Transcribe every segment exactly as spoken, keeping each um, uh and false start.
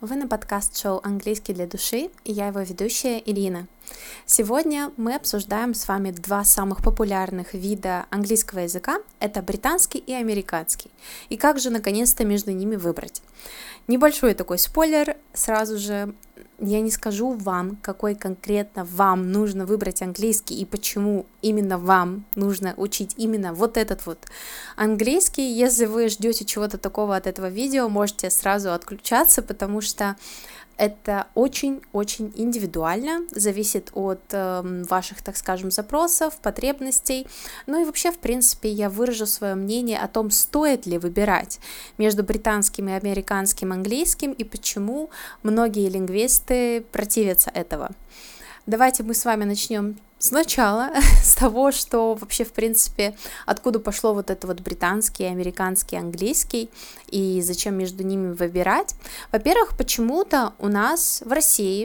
Вы на подкаст-шоу «Английский для души» и я его ведущая Ирина. Сегодня мы обсуждаем с вами два самых популярных вида английского языка – это британский и американский. И как же наконец-то между ними выбрать? Небольшой такой спойлер сразу же. Я не скажу вам, какой конкретно вам нужно выбрать английский и почему именно вам нужно учить именно вот этот вот английский. Если вы ждете чего-то такого от этого видео, можете сразу отключаться, потому что это очень-очень индивидуально, зависит от э, ваших, так скажем, запросов, потребностей. Ну и вообще, в принципе, я выражу свое мнение о том, стоит ли выбирать между британским и американским английским и почему многие лингвисты противятся этого. Давайте мы с вами начнем сначала, с того, что вообще, в принципе, откуда пошло вот это вот британский, американский, английский, и зачем между ними выбирать. Во-первых, почему-то у нас в России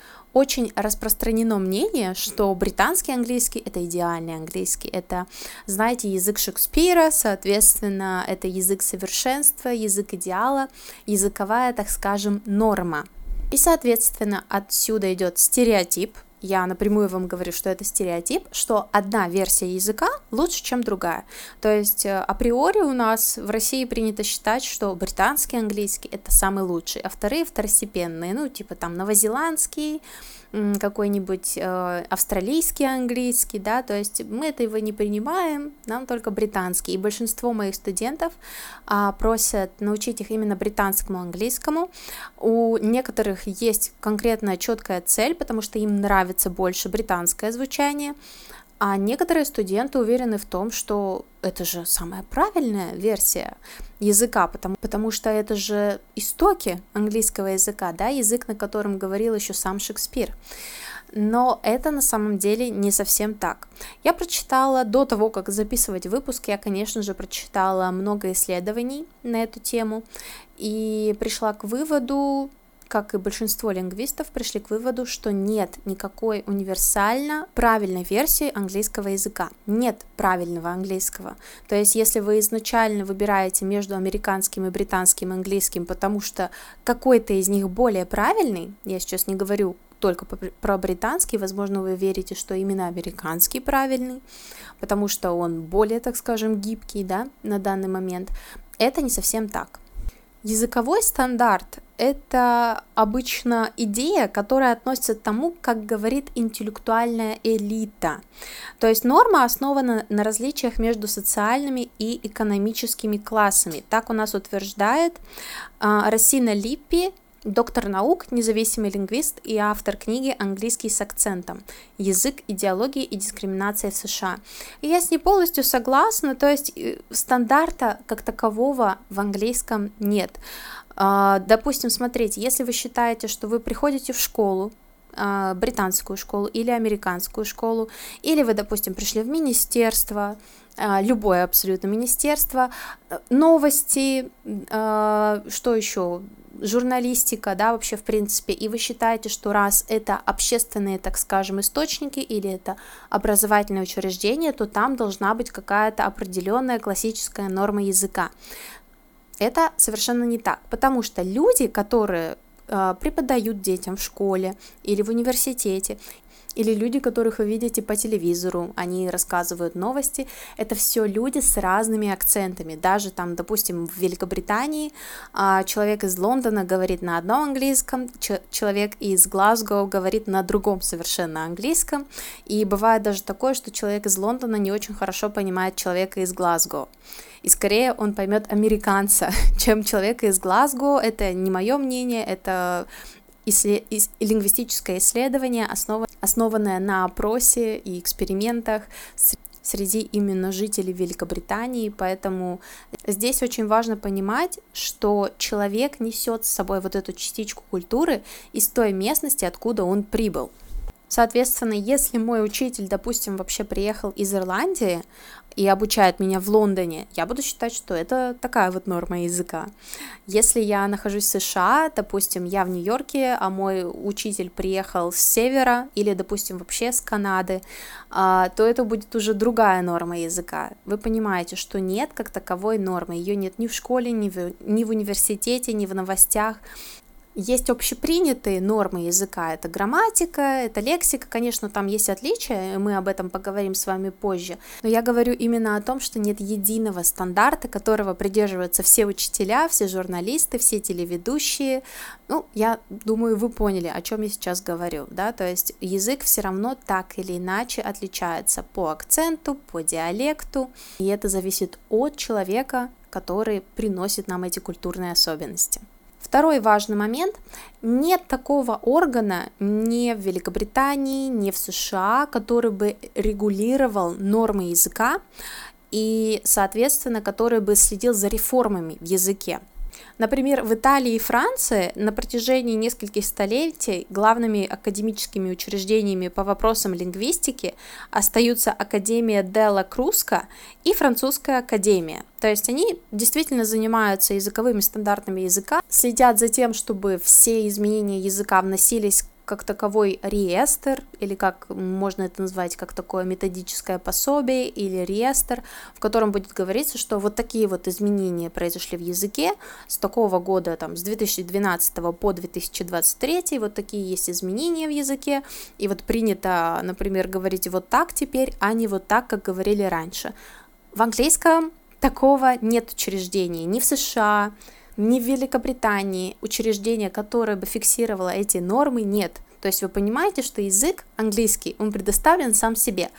очень распространено мнение, что британский английский — это идеальный английский, это, знаете, язык Шекспира, соответственно, это язык совершенства, язык идеала, языковая, так скажем, норма. И, соответственно, отсюда идет стереотип. Я напрямую вам говорю, что это стереотип, что одна версия языка лучше, чем другая. То есть априори у нас в России принято считать, что британский английский — это самый лучший, а вторые второстепенные, ну, типа там новозеландский, какой-нибудь э, австралийский английский, да, то есть мы этого не принимаем, нам только британский. И большинство моих студентов э, просят научить их именно британскому английскому. У некоторых есть конкретная четкая цель, потому что им нравится больше британское звучание, а некоторые студенты уверены в том, что это же самая правильная версия языка, потому, потому что это же истоки английского языка, да, язык, на котором говорил еще сам Шекспир. Но это на самом деле не совсем так. Я прочитала, до того, как записывать выпуск, я, конечно же, прочитала много исследований на эту тему и пришла к выводу, как и большинство лингвистов, пришли к выводу, что нет никакой универсально правильной версии английского языка. Нет правильного английского. То есть, если вы изначально выбираете между американским и британским английским, потому что какой-то из них более правильный, я сейчас не говорю только про британский, возможно, вы верите, что именно американский правильный, потому что он более, так скажем, гибкий, да, на данный момент, это не совсем так. Языковой стандарт – это обычно идея, которая относится к тому, как говорит интеллектуальная элита. То есть норма основана на различиях между социальными и экономическими классами. Так у нас утверждает э, Росина Липпи, доктор наук, независимый лингвист и автор книги «Английский с акцентом. Язык, идеология и дискриминация в США». И я с ней полностью согласна, то есть стандарта как такового в английском нет. Допустим, смотрите, если вы считаете, что вы приходите в школу, британскую школу или американскую школу, или вы, допустим, пришли в министерство, любое абсолютно министерство, новости, что еще, журналистика, да, вообще в принципе, и вы считаете, что раз это общественные, так скажем, источники или это образовательное учреждение, то там должна быть какая-то определенная классическая норма языка. Это совершенно не так, потому что люди, которые э, преподают детям в школе или в университете, или люди, которых вы видите по телевизору, они рассказывают новости, это все люди с разными акцентами. Даже там, допустим, в Великобритании человек из Лондона говорит на одном английском, человек из Глазго говорит на другом совершенно английском, и бывает даже такое, что человек из Лондона не очень хорошо понимает человека из Глазго. И скорее он поймет американца, чем человека из Глазго. Это не мое мнение, это лингвистическое исследование, основанное на опросе и экспериментах среди именно жителей Великобритании, поэтому здесь очень важно понимать, что человек несет с собой вот эту частичку культуры из той местности, откуда он прибыл. Соответственно, если мой учитель, допустим, вообще приехал из Ирландии и обучает меня в Лондоне, я буду считать, что это такая вот норма языка. Если я нахожусь в США, допустим, я в Нью-Йорке, а мой учитель приехал с севера или, допустим, вообще с Канады, то это будет уже другая норма языка. Вы понимаете, что нет как таковой нормы, ее нет ни в школе, ни в, ни в университете, ни в новостях. Есть общепринятые нормы языка, это грамматика, это лексика, конечно, там есть отличия, и мы об этом поговорим с вами позже, но я говорю именно о том, что нет единого стандарта, которого придерживаются все учителя, все журналисты, все телеведущие. Ну, я думаю, вы поняли, о чем я сейчас говорю, да, то есть язык все равно так или иначе отличается по акценту, по диалекту, и это зависит от человека, который приносит нам эти культурные особенности. Второй важный момент. Нет такого органа ни в Великобритании, ни в США, который бы регулировал нормы языка и, соответственно, который бы следил за реформами в языке. Например, в Италии и Франции на протяжении нескольких столетий главными академическими учреждениями по вопросам лингвистики остаются Академия Делла Круско и Французская академия. То есть они действительно занимаются языковыми стандартами языка, следят за тем, чтобы все изменения языка вносились как таковой реестр, или как можно это назвать, как такое методическое пособие или реестр, в котором будет говориться, что вот такие вот изменения произошли в языке с такого года, там, с две тысячи двенадцатого по две тысячи двадцать третий, вот такие есть изменения в языке, и вот принято, например, говорить вот так теперь, а не вот так, как говорили раньше. В английском такого нет учреждений ни в США, ни в Великобритании, учреждения, которое бы фиксировало эти нормы, нет. То есть вы понимаете, что язык английский, он предоставлен сам себе.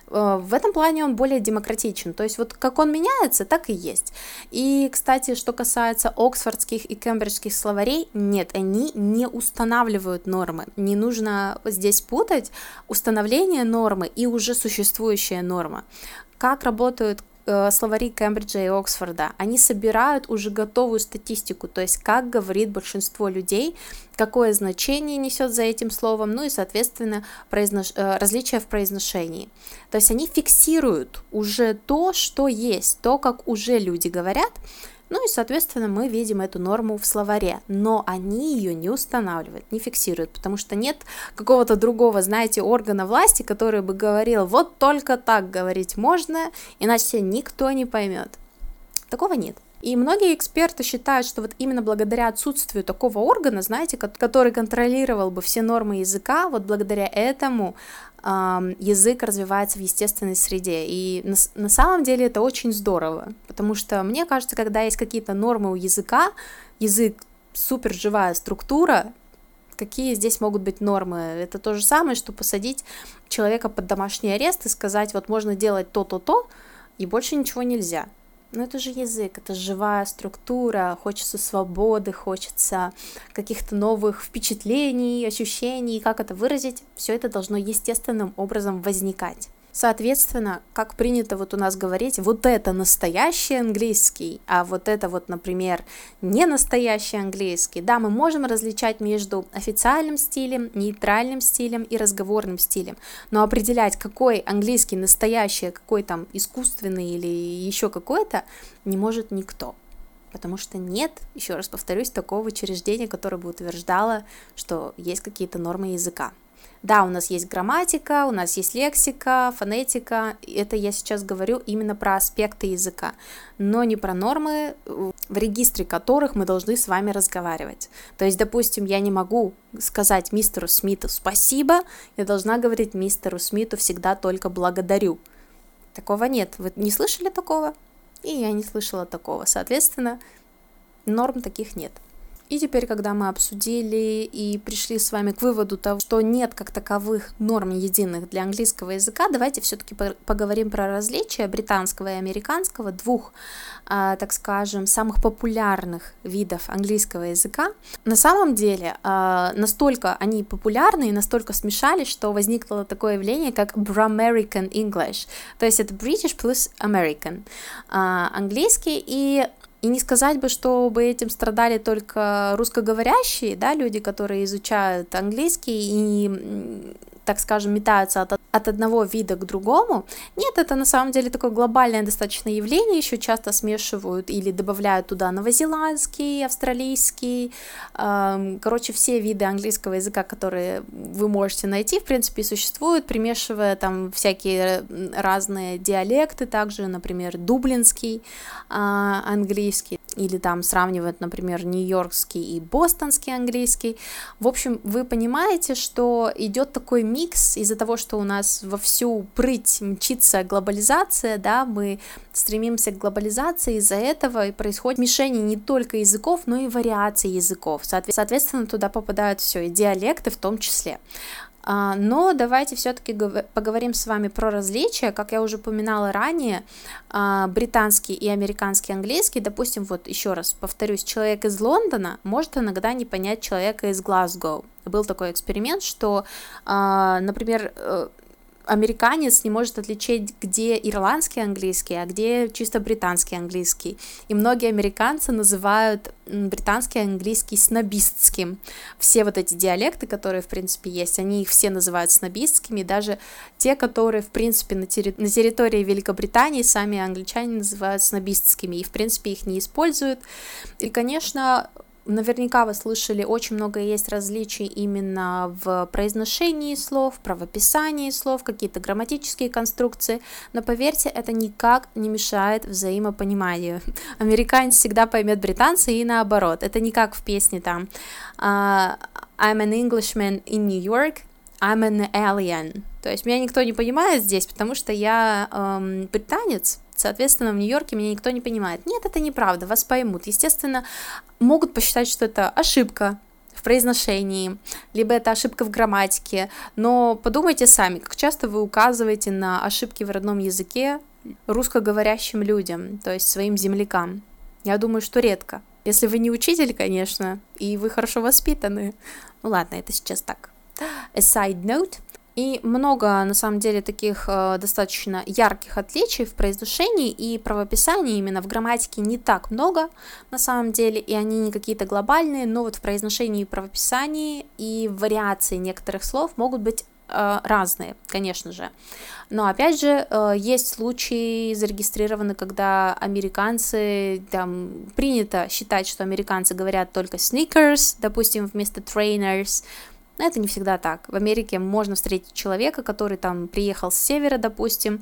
В этом плане он более демократичен, то есть вот как он меняется, так и есть. И, кстати, что касается оксфордских и кембриджских словарей, нет, они не устанавливают нормы. Не нужно здесь путать установление нормы и уже существующая норма. Как работают словари Кембриджа и Оксфорда, они собирают уже готовую статистику, то есть как говорит большинство людей, какое значение несет за этим словом, ну и, соответственно, произнош... различия в произношении. То есть они фиксируют уже то, что есть, то, как уже люди говорят, ну и, соответственно, мы видим эту норму в словаре, но они ее не устанавливают, не фиксируют, потому что нет какого-то другого, знаете, органа власти, который бы говорил, вот только так говорить можно, иначе никто не поймет. Такого нет. И многие эксперты считают, что вот именно благодаря отсутствию такого органа, знаете, который контролировал бы все нормы языка, вот благодаря этому э, язык развивается в естественной среде. И на, на самом деле это очень здорово, потому что мне кажется, когда есть какие-то нормы у языка, язык супер живая структура, какие здесь могут быть нормы? Это то же самое, что посадить человека под домашний арест и сказать, вот можно делать то-то-то, и больше ничего нельзя. Но это же язык, это живая структура, хочется свободы, хочется каких-то новых впечатлений, ощущений, как это выразить, все это должно естественным образом возникать. Соответственно, как принято вот у нас говорить, вот это настоящий английский, а вот это вот, например, не настоящий английский. Да, мы можем различать между официальным стилем, нейтральным стилем и разговорным стилем, но определять, какой английский настоящий, а какой там искусственный или еще какой-то, не может никто. Потому что нет, еще раз повторюсь, такого учреждения, которое бы утверждало, что есть какие-то нормы языка. Да, у нас есть грамматика, у нас есть лексика, фонетика, это я сейчас говорю именно про аспекты языка, но не про нормы, в регистре которых мы должны с вами разговаривать. То есть, допустим, я не могу сказать мистеру Смиту спасибо, я должна говорить мистеру Смиту всегда только благодарю. Такого нет, вы не слышали такого? И я не слышала такого, соответственно, норм таких нет. И теперь, когда мы обсудили и пришли с вами к выводу того, что нет как таковых норм единых для английского языка, давайте все-таки поговорим про различия британского и американского, двух, так скажем, самых популярных видов английского языка. На самом деле, настолько они популярны и настолько смешались, что возникло такое явление, как Bramerican English, то есть это British plus American английский. И И не сказать бы, чтобы этим страдали только русскоговорящие, да, люди, которые изучают английский и так скажем, метаются от, от одного вида к другому. Нет, это на самом деле такое глобальное достаточно явление, еще часто смешивают или добавляют туда новозеландский, австралийский, э, короче, все виды английского языка, которые вы можете найти, в принципе, существуют, примешивая там всякие разные диалекты, также, например, дублинский э, английский, или там сравнивают, например, нью-йоркский и бостонский английский. В общем, вы понимаете, что идет такой микс из-за того, что у нас во всю прыть мчится глобализация, да, мы стремимся к глобализации, из-за этого и происходит смешение не только языков, но и вариаций языков. Соответственно, туда попадают все, и диалекты в том числе. Но давайте все-таки поговорим с вами про различия. Как я уже упоминала ранее, британский и американский английский, допустим, вот еще раз повторюсь, человек из Лондона может иногда не понять человека из Глазго. Был такой эксперимент, что, например, американец не может отличить, где ирландский английский, а где чисто британский английский. И многие американцы называют британский английский снобистским. Все вот эти диалекты, которые, в принципе, есть, они их все называют снобистскими, даже те, которые, в принципе, на, терри... на территории Великобритании сами англичане называют снобистскими, и, в принципе, их не используют. И, конечно, наверняка вы слышали, очень много есть различий именно в произношении слов, в правописании слов, какие-то грамматические конструкции, но поверьте, это никак не мешает взаимопониманию. Американец всегда поймет британца и наоборот. Это не как в песне там uh, I'm an Englishman in New York, I'm an alien. То есть меня никто не понимает здесь, потому что я эм, британец, соответственно, в Нью-Йорке меня никто не понимает. Нет, это неправда, вас поймут. Естественно, могут посчитать, что это ошибка в произношении, либо это ошибка в грамматике, но подумайте сами, как часто вы указываете на ошибки в родном языке русскоговорящим людям, то есть своим землякам. Я думаю, что редко. Если вы не учитель, конечно, и вы хорошо воспитаны. Ну ладно, это сейчас так. A side note. И много, на самом деле, таких э, достаточно ярких отличий в произношении и правописании, именно в грамматике не так много, на самом деле, и они не какие-то глобальные, но вот в произношении и правописании и вариации некоторых слов могут быть э, разные, конечно же. Но, опять же, э, есть случаи зарегистрированы, когда американцы, там, принято считать, что американцы говорят только sneakers, допустим, вместо trainers. Но это не всегда так. В Америке можно встретить человека, который там приехал с севера, допустим,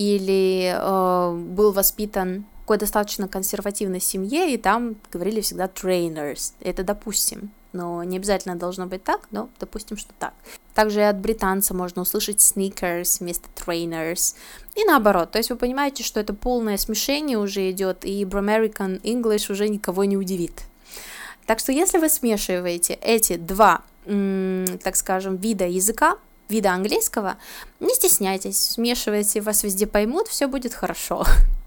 или э, был воспитан в какой достаточно консервативной семье, и там говорили всегда trainers. Это допустим. Но не обязательно должно быть так, но допустим, что так. Также и от британца можно услышать sneakers вместо trainers. И наоборот. То есть вы понимаете, что это полное смешение уже идет, и American English уже никого не удивит. Так что если вы смешиваете эти два, так скажем, вида языка, вида английского, не стесняйтесь, смешивайте, вас везде поймут, все будет хорошо.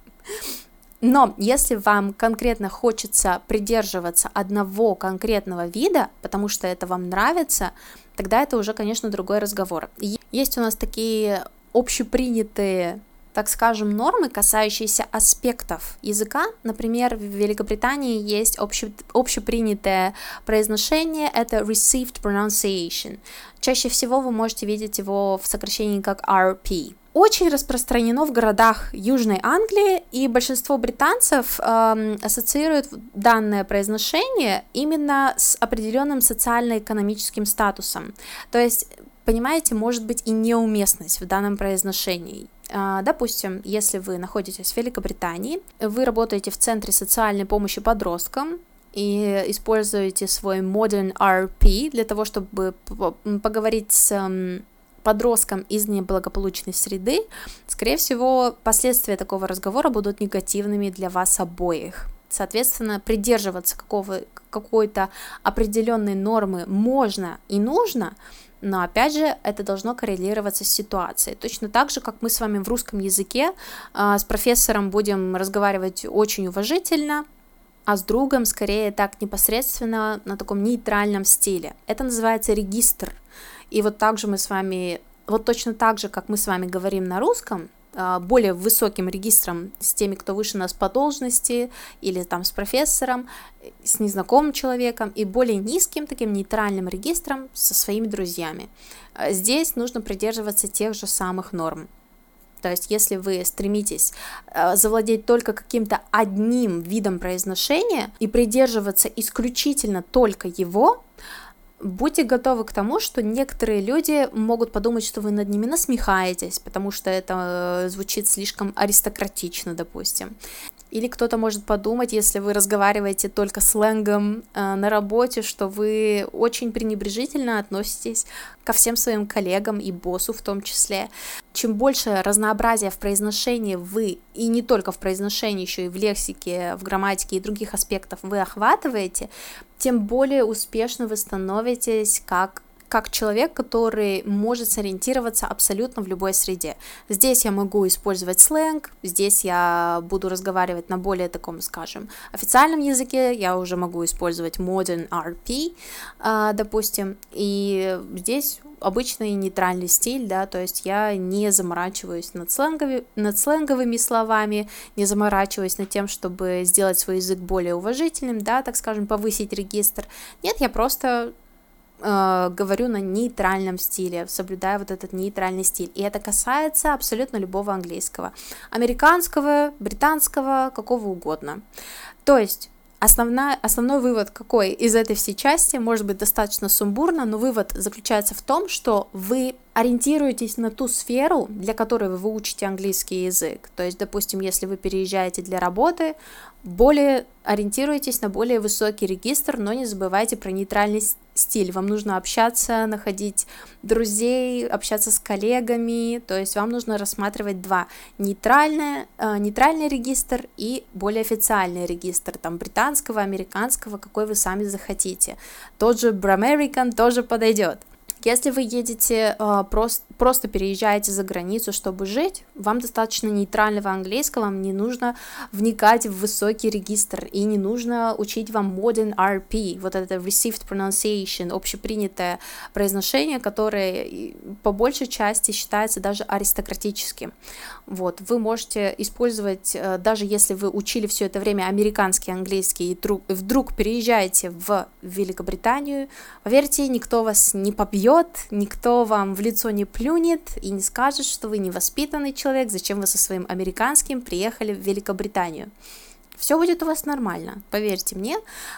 Но если вам конкретно хочется придерживаться одного конкретного вида, потому что это вам нравится, тогда это уже, конечно, другой разговор. Есть у нас такие общепринятые, так скажем, нормы, касающиеся аспектов языка. Например, в Великобритании есть обще, общепринятое произношение, это received pronunciation. Чаще всего вы можете видеть его в сокращении как ар пи. Очень распространено в городах Южной Англии, и большинство британцев э, ассоциируют данное произношение именно с определенным социально-экономическим статусом. То есть, понимаете, может быть и неуместность в данном произношении. Допустим, если вы находитесь в Великобритании, вы работаете в Центре социальной помощи подросткам и используете свой Modern ар пи для того, чтобы поговорить с подростком из неблагополучной среды, скорее всего, последствия такого разговора будут негативными для вас обоих. Соответственно, придерживаться какого, какой-то определенной нормы можно и нужно, но, опять же, это должно коррелироваться с ситуацией. Точно так же, как мы с вами в русском языке э, с профессором будем разговаривать очень уважительно, а с другом скорее так непосредственно на таком нейтральном стиле. Это называется регистр. И вот так же мы с вами, вот точно так же, как мы с вами говорим на русском, более высоким регистром с теми, кто выше нас по должности, или там с профессором, с незнакомым человеком, и более низким таким нейтральным регистром со своими друзьями. Здесь нужно придерживаться тех же самых норм. То есть, если вы стремитесь э, завладеть только каким-то одним видом произношения и придерживаться исключительно только его, будьте готовы к тому, что некоторые люди могут подумать, что вы над ними насмехаетесь, потому что это звучит слишком аристократично, допустим. Или кто-то может подумать, если вы разговариваете только сленгом э, на работе, что вы очень пренебрежительно относитесь ко всем своим коллегам и боссу в том числе. Чем больше разнообразия в произношении вы, и не только в произношении, еще и в лексике, в грамматике и других аспектах вы охватываете, тем более успешно вы становитесь как как человек, который может сориентироваться абсолютно в любой среде. Здесь я могу использовать сленг, здесь я буду разговаривать на более таком, скажем, официальном языке, я уже могу использовать modern ар пи, допустим, и здесь обычный нейтральный стиль, да, то есть я не заморачиваюсь над, сленгови, над сленговыми словами, не заморачиваюсь над тем, чтобы сделать свой язык более уважительным, да, так скажем, повысить регистр. Нет, я просто говорю на нейтральном стиле, соблюдая вот этот нейтральный стиль. И это касается абсолютно любого английского. Американского, британского, какого угодно. То есть Основная, основной вывод какой из этой всей части, может быть достаточно сумбурно, но вывод заключается в том, что вы ориентируетесь на ту сферу, для которой вы выучите английский язык. То есть, допустим, если вы переезжаете для работы, более ориентируйтесь на более высокий регистр, но не забывайте про нейтральный стиль. Вам нужно общаться, находить друзей, общаться с коллегами, то есть вам нужно рассматривать два: нейтральный, э, нейтральный регистр и более официальный регистр, там, британского, американского, какой вы сами захотите. Тот же Bramerican тоже подойдет. Если вы едете, э, просто, просто переезжаете за границу, чтобы жить, вам достаточно нейтрального английского, вам не нужно вникать в высокий регистр, и не нужно учить вам modern ар пи, вот это received pronunciation, общепринятое произношение, которое по большей части считается даже аристократическим. Вот, вы можете использовать, э, даже если вы учили все это время американский английский, и вдруг, вдруг переезжаете в Великобританию, поверьте, никто вас не побьет, никто вам в лицо не плюнет и не скажет, что вы невоспитанный человек, зачем вы со своим американским приехали в Великобританию. Все будет у вас нормально, поверьте мне,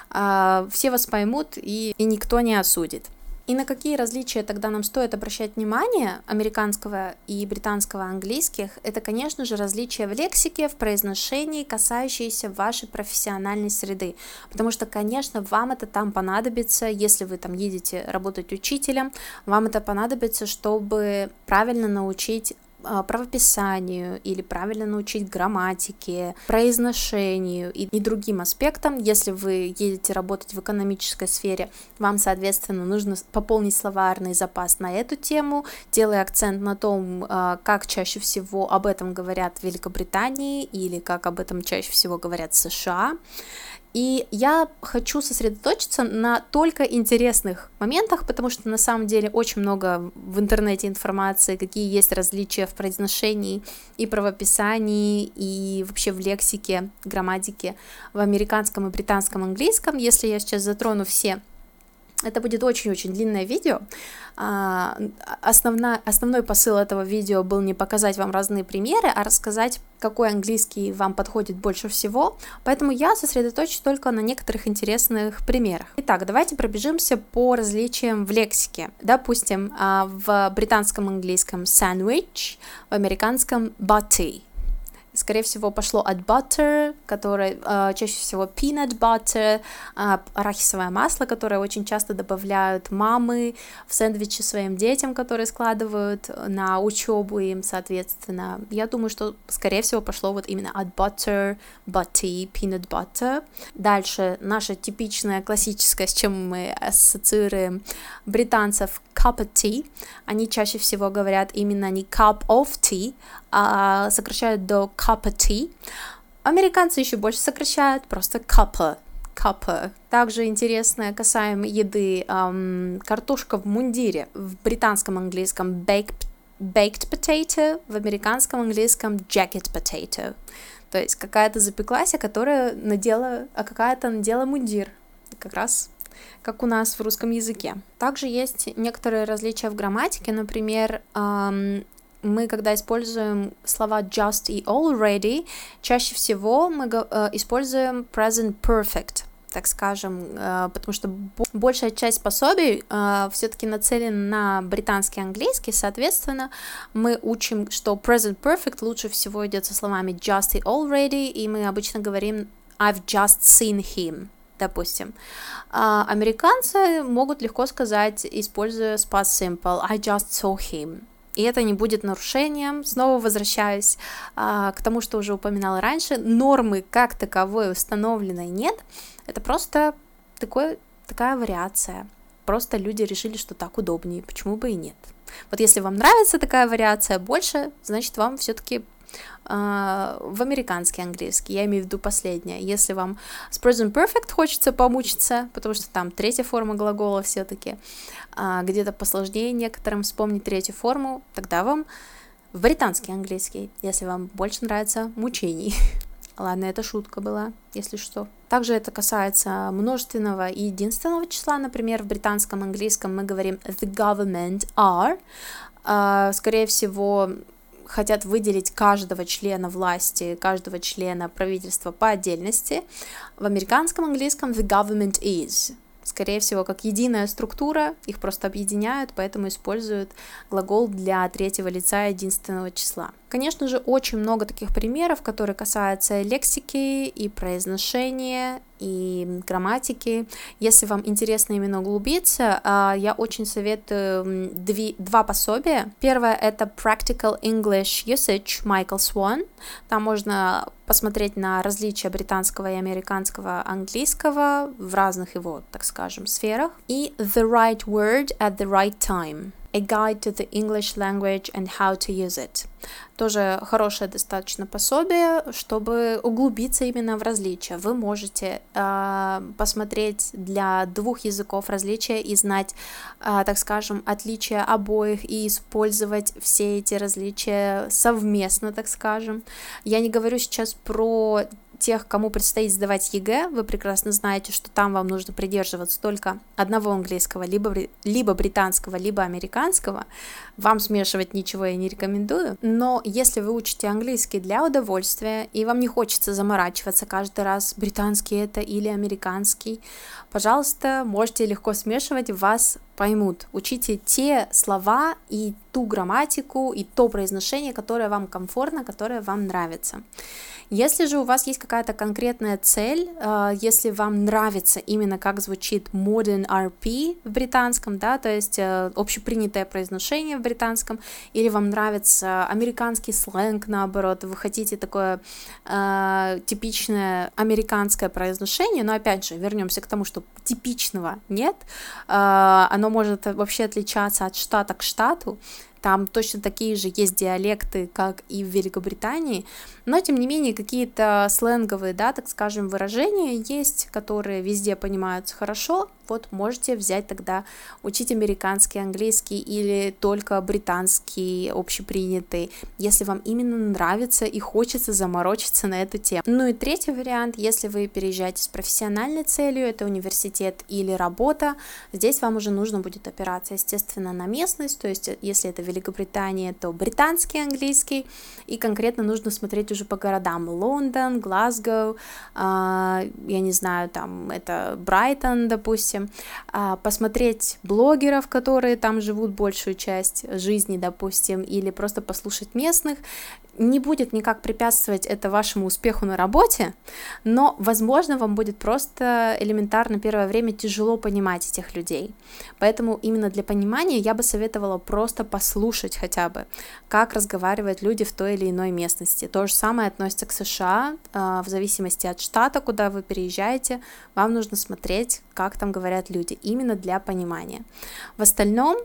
все вас поймут и, и никто не осудит. И на какие различия тогда нам стоит обращать внимание американского и британского английских? Это, конечно же, различия в лексике, в произношении, касающиеся вашей профессиональной среды. Потому что, конечно, вам это там понадобится, если вы там едете работать учителем, вам это понадобится, чтобы правильно научить правописанию или правильно научить грамматике, произношению и, и другим аспектам. Если вы едете работать в экономической сфере, вам, соответственно, нужно пополнить словарный запас на эту тему, делая акцент на том, как чаще всего об этом говорят в Великобритании или как об этом чаще всего говорят в США. И я хочу сосредоточиться на только интересных моментах, потому что на самом деле очень много в интернете информации, какие есть различия в произношении и правописании, и вообще в лексике, грамматике в американском и британском английском. Если я сейчас затрону все, это будет очень-очень длинное видео. Основна, основной посыл этого видео был не показать вам разные примеры, а рассказать, какой английский вам подходит больше всего, поэтому я сосредоточусь только на некоторых интересных примерах. Итак, давайте пробежимся по различиям в лексике. Допустим, в британском английском sandwich, в американском butty. Скорее всего, пошло от butter, которое э, чаще всего peanut butter, э, арахисовое масло, которое очень часто добавляют мамы в сэндвичи своим детям, которые складывают на учебу им, соответственно. Я думаю, что, скорее всего, пошло вот именно от butter, butty, peanut butter. Дальше наша типичная классическая, с чем мы ассоциируем британцев, cup of tea. Они чаще всего говорят именно не cup of tea, а сокращают до cup of tea. Американцы еще больше сокращают, просто cuppa, cuppa. Также интересно касаемо еды, эм, картошка в мундире. В британском английском baked baked potato, в американском английском jacket potato. То есть какая-то запеклась, а которая надела, а какая-то надела мундир. Как раз как у нас в русском языке. Также есть некоторые различия в грамматике, например, эм, мы, когда используем слова just и already, чаще всего мы э, используем present perfect, так скажем, э, потому что большая часть пособий э, все-таки нацелена на британский английский, соответственно, мы учим, что present perfect лучше всего идет со словами just и already, и мы обычно говорим I've just seen him, допустим. А американцы могут легко сказать, используя past simple, I just saw him. И это не будет нарушением. Снова возвращаюсь а, к тому, что уже упоминала раньше. Нормы как таковой установленной нет. Это просто такой, такая вариация. Просто люди решили, что так удобнее. Почему бы и нет? Вот если вам нравится такая вариация больше, значит, вам все-таки Uh, в американский английский, я имею в виду последнее. Если вам с present perfect хочется помучиться, потому что там третья форма глагола все-таки, uh, где-то посложнее некоторым вспомнить третью форму, тогда вам в британский английский, если вам больше нравится мучений. Ладно, это шутка была, если что. Также это касается множественного и единственного числа. Например, в британском английском мы говорим the government are. Uh, скорее всего, хотят выделить каждого члена власти, каждого члена правительства по отдельности. В американском английском the government is. Скорее всего, как единая структура, их просто объединяют, поэтому используют глагол для третьего лица единственного числа. Конечно же, очень много таких примеров, которые касаются лексики и произношения, и грамматики. Если вам интересно именно углубиться, я очень советую два пособия. Первое — это Practical English Usage Michael Swan. Там можно посмотреть на различия британского и американского английского в разных его, так скажем, сферах. И The Right Word at the Right Time. A Guide to the English Language and How to Use It. Тоже хорошее достаточно пособие, чтобы углубиться именно в различия. Вы можете э, посмотреть для двух языков различия и знать, э, так скажем, отличия обоих и использовать все эти различия совместно, так скажем. Я не говорю сейчас про тех, кому предстоит сдавать ЕГЭ, вы прекрасно знаете, что там вам нужно придерживаться только одного английского, либо, либо британского, либо американского. Вам смешивать ничего я не рекомендую. Но если вы учите английский для удовольствия, и вам не хочется заморачиваться каждый раз, британский это или американский, пожалуйста, можете легко смешивать, вас поймут. Учите те слова и ту грамматику, и то произношение, которое вам комфортно, которое вам нравится. Если же у вас есть какая-то конкретная цель, если вам нравится именно как звучит modern ар пи в британском, да, то есть общепринятое произношение в британском, или вам нравится американский сленг, наоборот, вы хотите такое э, типичное американское произношение, но опять же, вернемся к тому, что типичного нет, э, оно может вообще отличаться от штата к штату. Там точно такие же есть диалекты, как и в Великобритании, но, тем не менее, какие-то сленговые, да, так скажем, выражения есть, которые везде понимаются хорошо. Вот можете взять тогда, учить американский, английский или только британский общепринятый, если вам именно нравится и хочется заморочиться на эту тему. Ну и третий вариант, если вы переезжаете с профессиональной целью, это университет или работа, здесь вам уже нужно будет опираться, естественно, на местность, то есть если это Великобритания, то британский английский, и конкретно нужно смотреть уже по городам: Лондон, Глазго, э, я не знаю, там это Брайтон, допустим, посмотреть блогеров, которые там живут большую часть жизни, допустим, или просто послушать местных. Не будет никак препятствовать это вашему успеху на работе, но, возможно, вам будет просто элементарно первое время тяжело понимать этих людей. Поэтому именно для понимания я бы советовала просто послушать хотя бы, как разговаривают люди в той или иной местности. То же самое относится к США. В зависимости от штата, куда вы переезжаете, вам нужно смотреть, как там говорят люди, именно для понимания. В остальном,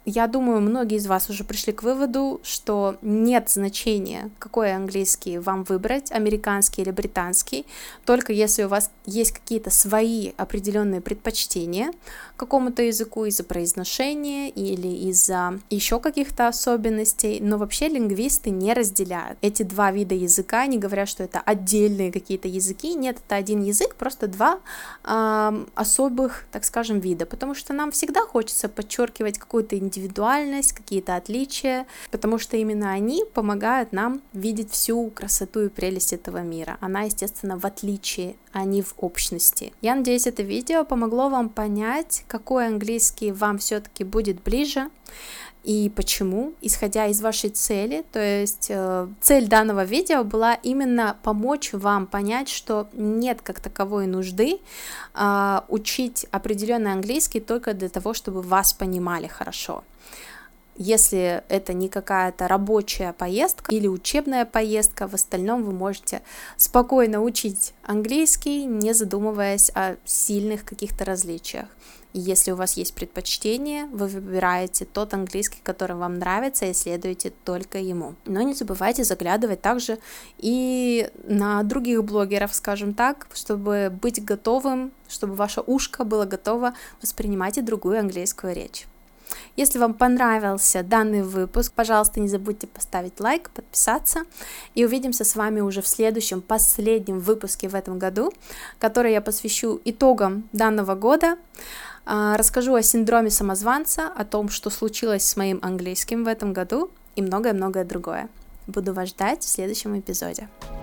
Я думаю, многие из вас уже пришли к выводу, что нет значения, какой английский вам выбрать, американский или британский, только если у вас есть какие-то свои определенные предпочтения к какому-то языку из-за произношения или из-за еще каких-то особенностей, но вообще лингвисты не разделяют эти два вида языка, не говоря, что это отдельные какие-то языки, нет, это один язык, просто два э, особых, так скажем, вида, потому что нам всегда хочется подчеркивать какую-то индивидуальность, какие-то отличия, потому что именно они помогают нам видеть всю красоту и прелесть этого мира. Она, естественно, в отличии, а не в общности. Я надеюсь, это видео помогло вам понять, какой английский вам все-таки будет ближе, и почему, исходя из вашей цели. То есть э, цель данного видео была именно помочь вам понять, что нет как таковой нужды э, учить определенный английский только для того, чтобы вас понимали хорошо. Если это не какая-то рабочая поездка или учебная поездка, в остальном вы можете спокойно учить английский, не задумываясь о сильных каких-то различиях. И если у вас есть предпочтение, вы выбираете тот английский, который вам нравится, и следуете только ему. Но не забывайте заглядывать также и на других блогеров, скажем так, чтобы быть готовым, чтобы ваше ушко было готово воспринимать и другую английскую речь. Если вам понравился данный выпуск, пожалуйста, не забудьте поставить лайк, подписаться, и увидимся с вами уже в следующем, последнем выпуске в этом году, который я посвящу итогам данного года. Расскажу о синдроме самозванца, о том, что случилось с моим английским в этом году, и многое-многое другое. Буду вас ждать в следующем эпизоде.